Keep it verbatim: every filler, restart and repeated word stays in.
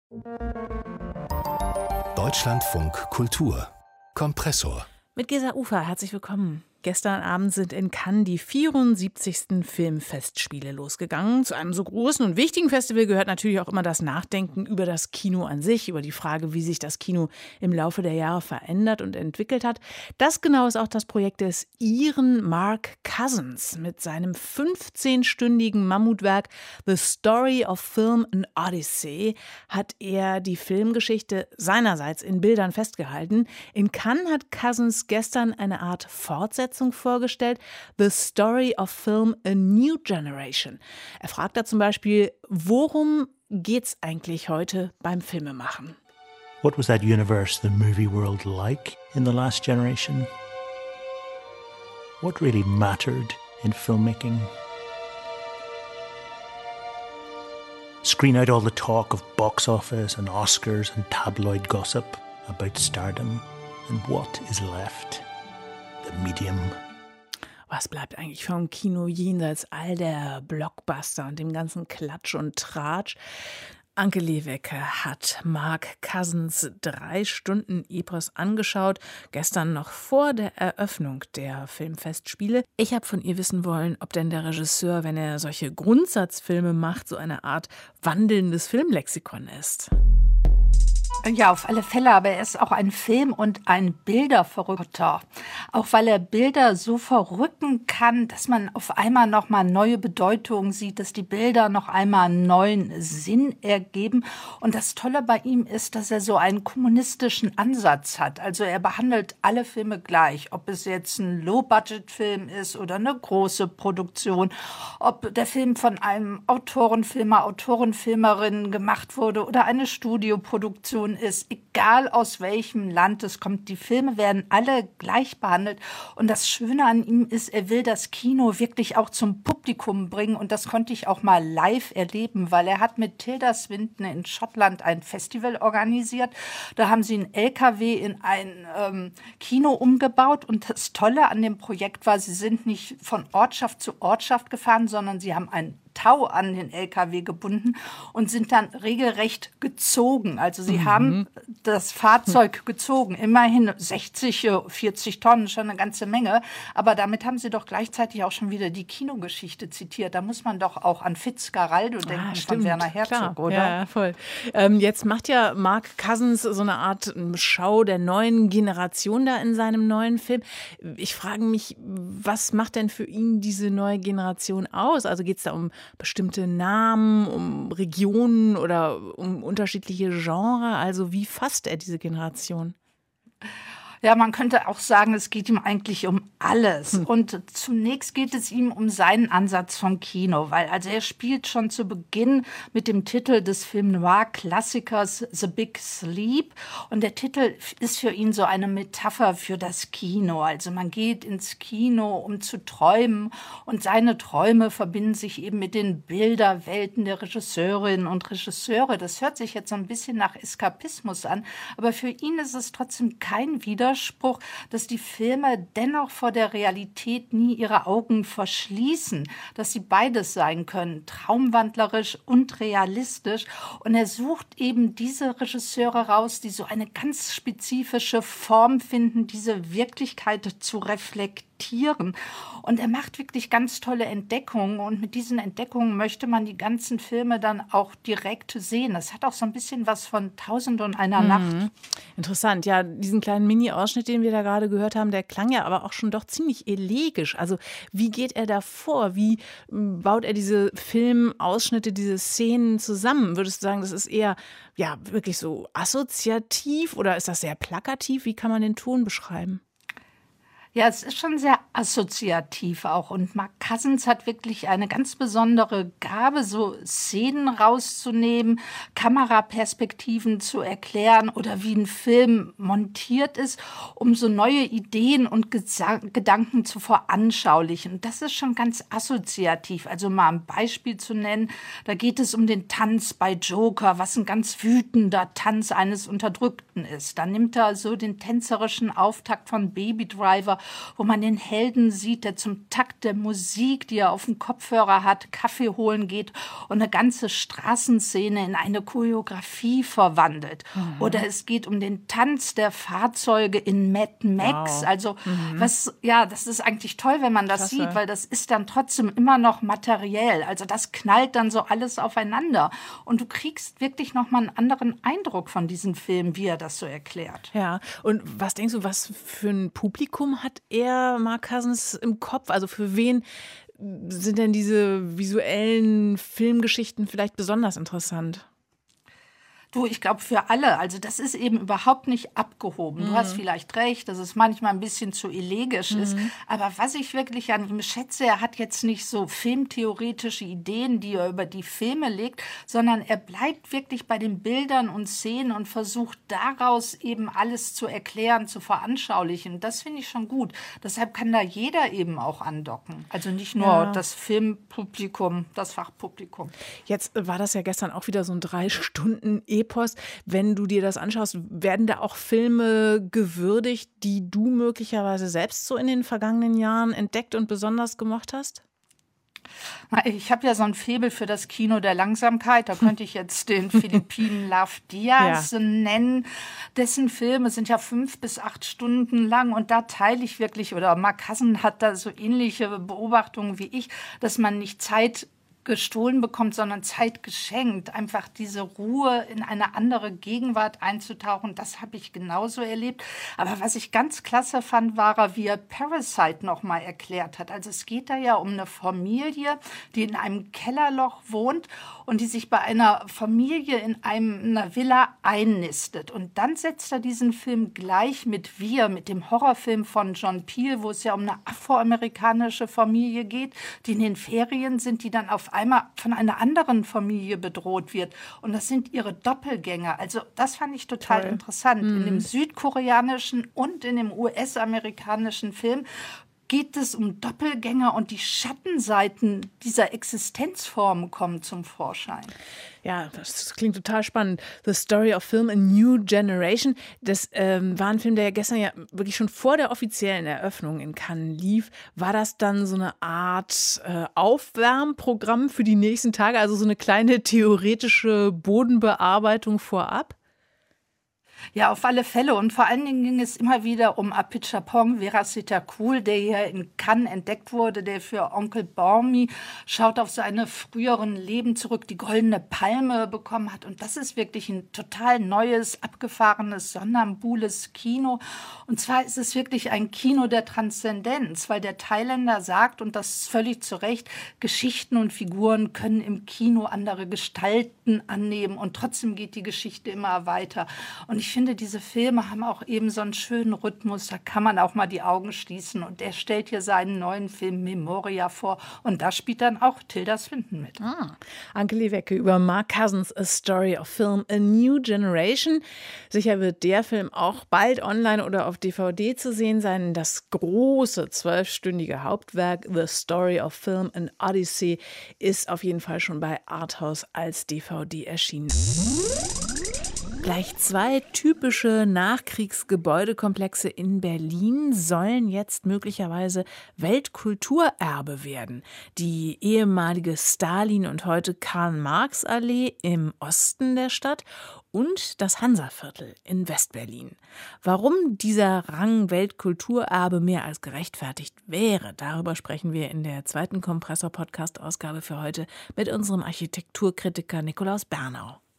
Deutschlandfunk Kultur Kompressor. Mit Gesa Ufer, herzlich willkommen. Gestern Abend sind in Cannes die vierundsiebzigsten Filmfestspiele losgegangen. Zu einem so großen und wichtigen Festival gehört natürlich auch immer das Nachdenken über das Kino an sich, über die Frage, wie sich das Kino im Laufe der Jahre verändert und entwickelt hat. Das genau ist auch das Projekt des Iren Mark Cousins. Mit seinem fünfzehnstündigen Mammutwerk The Story of Film: An Odyssey hat er die Filmgeschichte seinerseits in Bildern festgehalten. In Cannes hat Cousins gestern eine Art Fortsetzung vorgestellt, The Story of Film: A New Generation. Er fragt da zum Beispiel, worum geht's eigentlich heute beim Filmemachen? What was that universe, the movie world, like in the last generation? What really mattered in filmmaking? Screen out all the talk of box office and Oscars and tabloid gossip about stardom, and what is left? The medium. Was bleibt eigentlich vom Kino jenseits all der Blockbuster und dem ganzen Klatsch und Tratsch? Anke Lewecke hat Mark Cousins drei Stunden Epos angeschaut, gestern noch vor der Eröffnung der Filmfestspiele. Ich habe von ihr wissen wollen, ob denn der Regisseur, wenn er solche Grundsatzfilme macht, so eine Art wandelndes Filmlexikon ist. Ja, auf alle Fälle, aber er ist auch ein Film- und ein Bilderverrückter. Auch weil er Bilder so verrücken kann, dass man auf einmal nochmal neue Bedeutungen sieht, dass die Bilder noch einmal einen neuen Sinn ergeben. Und das Tolle bei ihm ist, dass er so einen kommunistischen Ansatz hat. Also er behandelt alle Filme gleich, ob es jetzt ein Low-Budget-Film ist oder eine große Produktion, ob der Film von einem Autorenfilmer, Autorenfilmerin gemacht wurde oder eine Studioproduktion ist, egal aus welchem Land es kommt. Die Filme werden alle gleich behandelt. Und das Schöne an ihm ist, er will das Kino wirklich auch zum Publikum bringen. Und das konnte ich auch mal live erleben, weil er hat mit Tilda Swinton in Schottland ein Festival organisiert. Da haben sie einen L K W in ein ähm, Kino umgebaut. Und das Tolle an dem Projekt war, sie sind nicht von Ortschaft zu Ortschaft gefahren, sondern sie haben ein Tau an den L K W gebunden und sind dann regelrecht gezogen. Also sie mhm. haben das Fahrzeug gezogen. Immerhin sechzig, vierzig Tonnen, schon eine ganze Menge. Aber damit haben sie doch gleichzeitig auch schon wieder die Kinogeschichte zitiert. Da muss man doch auch an Fitzcarraldo denken, ah, von Werner Herzog, klar. oder? Ja, voll. Ähm, jetzt macht ja Mark Cousins so eine Art Schau der neuen Generation da in seinem neuen Film. Ich frage mich, was macht denn für ihn diese neue Generation aus? Also geht es da um bestimmte Namen, um Regionen oder um unterschiedliche Genres? Also wie fasst er diese Generation? Ja, man könnte auch sagen, es geht ihm eigentlich um alles. Hm. Und zunächst geht es ihm um seinen Ansatz vom Kino, weil also er spielt schon zu Beginn mit dem Titel des Film-Noir-Klassikers The Big Sleep. Und der Titel ist für ihn so eine Metapher für das Kino. Also man geht ins Kino, um zu träumen. Und seine Träume verbinden sich eben mit den Bilderwelten der Regisseurinnen und Regisseure. Das hört sich jetzt so ein bisschen nach Eskapismus an. Aber für ihn ist es trotzdem kein Widerspruch, dass die Filme dennoch vor der Realität nie ihre Augen verschließen, dass sie beides sein können, traumwandlerisch und realistisch. Und er sucht eben diese Regisseure raus, die so eine ganz spezifische Form finden, diese Wirklichkeit zu reflektieren. Und er macht wirklich ganz tolle Entdeckungen und mit diesen Entdeckungen möchte man die ganzen Filme dann auch direkt sehen. Das hat auch so ein bisschen was von Tausend und einer mhm. Nacht. Interessant, ja, diesen kleinen Mini-Ausschnitt, den wir da gerade gehört haben, der klang ja aber auch schon doch ziemlich elegisch. Also wie geht er da vor? Wie baut er diese Filmausschnitte, diese Szenen zusammen? Würdest du sagen, das ist eher ja wirklich so assoziativ oder ist das sehr plakativ? Wie kann man den Ton beschreiben? Ja, es ist schon sehr assoziativ auch. Und Mark Cousins hat wirklich eine ganz besondere Gabe, so Szenen rauszunehmen, Kameraperspektiven zu erklären oder wie ein Film montiert ist, um so neue Ideen und Gesa- Gedanken zu veranschaulichen. Und das ist schon ganz assoziativ. Also mal ein Beispiel zu nennen, da geht es um den Tanz bei Joker, was ein ganz wütender Tanz eines Unterdrückten ist. Dann nimmt er so den tänzerischen Auftakt von Baby Driver wo man den Helden sieht, der zum Takt der Musik, die er auf dem Kopfhörer hat, Kaffee holen geht und eine ganze Straßenszene in eine Choreografie verwandelt. Mhm. Oder es geht um den Tanz der Fahrzeuge in Mad Max. Wow. Also mhm. was, ja, das ist eigentlich toll, wenn man das Klasse. sieht, weil das ist dann trotzdem immer noch materiell. Also das knallt dann so alles aufeinander. Und du kriegst wirklich nochmal einen anderen Eindruck von diesem Film, wie er das so erklärt. Ja, und was denkst du, was für ein Publikum hat er, Mark Cousins, im Kopf? Also für wen sind denn diese visuellen Filmgeschichten vielleicht besonders interessant? Du, ich glaube für alle. Also das ist eben überhaupt nicht abgehoben. Mhm. Du hast vielleicht recht, dass es manchmal ein bisschen zu elegisch mhm. ist. Aber was ich wirklich an ihm schätze, er hat jetzt nicht so filmtheoretische Ideen, die er über die Filme legt, sondern er bleibt wirklich bei den Bildern und Szenen und versucht daraus eben alles zu erklären, zu veranschaulichen. Das finde ich schon gut. Deshalb kann da jeder eben auch andocken. Also nicht nur ja. das Filmpublikum, das Fachpublikum. Jetzt war das ja gestern auch wieder so ein drei Stunden Epos. Wenn du dir das anschaust, werden da auch Filme gewürdigt, die du möglicherweise selbst so in den vergangenen Jahren entdeckt und besonders gemocht hast? Ich habe ja so ein Faible für das Kino der Langsamkeit. Da könnte ich jetzt den Philippinen Love Diaz ja. nennen. Dessen Filme sind ja fünf bis acht Stunden lang. Und da teile ich wirklich, oder Mark Cousins hat da so ähnliche Beobachtungen wie ich, dass man nicht Zeit gestohlen bekommt, sondern Zeit geschenkt. Einfach diese Ruhe in eine andere Gegenwart einzutauchen, das habe ich genauso erlebt. Aber was ich ganz klasse fand, war, wie er Parasite noch mal erklärt hat. Also es geht da ja um eine Familie, die in einem Kellerloch wohnt und die sich bei einer Familie in einem, einer Villa einnistet. Und dann setzt er diesen Film gleich mit Wir, mit dem Horrorfilm von John Peel, wo es ja um eine afroamerikanische Familie geht, die in den Ferien sind, die dann auf einmal von einer anderen Familie bedroht wird. Und das sind ihre Doppelgänger. Also das fand ich total Toll. interessant. Mhm. In dem südkoreanischen und in dem U S-amerikanischen Film geht es um Doppelgänger und die Schattenseiten dieser Existenzformen kommen zum Vorschein. Ja, das klingt total spannend. The Story of Film, a New Generation. Das ähm, war ein Film, der gestern ja wirklich schon vor der offiziellen Eröffnung in Cannes lief. War das dann so eine Art äh, Aufwärmprogramm für die nächsten Tage? Also so eine kleine theoretische Bodenbearbeitung vorab? Ja, auf alle Fälle. Und vor allen Dingen ging es immer wieder um Apichatpong Weerasethakul, der hier in Cannes entdeckt wurde, der für Onkel Bormi schaut auf seine früheren Leben zurück, die Goldene Palme bekommen hat. Und das ist wirklich ein total neues, abgefahrenes, somnambules Kino. Und zwar ist es wirklich ein Kino der Transzendenz, weil der Thailänder sagt, und das völlig zu Recht, Geschichten und Figuren können im Kino andere Gestalten annehmen und trotzdem geht die Geschichte immer weiter. Und ich Ich finde, diese Filme haben auch eben so einen schönen Rhythmus, da kann man auch mal die Augen schließen. Und er stellt hier seinen neuen Film Memoria vor. Und da spielt dann auch Tilda Swinton mit. Ah, Anke Lewecke über Mark Cousins A Story of Film, a New Generation. Sicher wird der Film auch bald online oder auf D V D zu sehen sein. Das große zwölfstündige Hauptwerk The Story of Film, an Odyssey ist auf jeden Fall schon bei Arthouse als D V D erschienen. Gleich zwei typische Nachkriegsgebäudekomplexe in Berlin sollen jetzt möglicherweise Weltkulturerbe werden. Die ehemalige Stalin- und heute Karl-Marx-Allee im Osten der Stadt und das Hansaviertel in Westberlin. Warum dieser Rang Weltkulturerbe mehr als gerechtfertigt wäre, darüber sprechen wir in der zweiten Kompressor-Podcast-Ausgabe für heute mit unserem Architekturkritiker Nikolaus Bernau.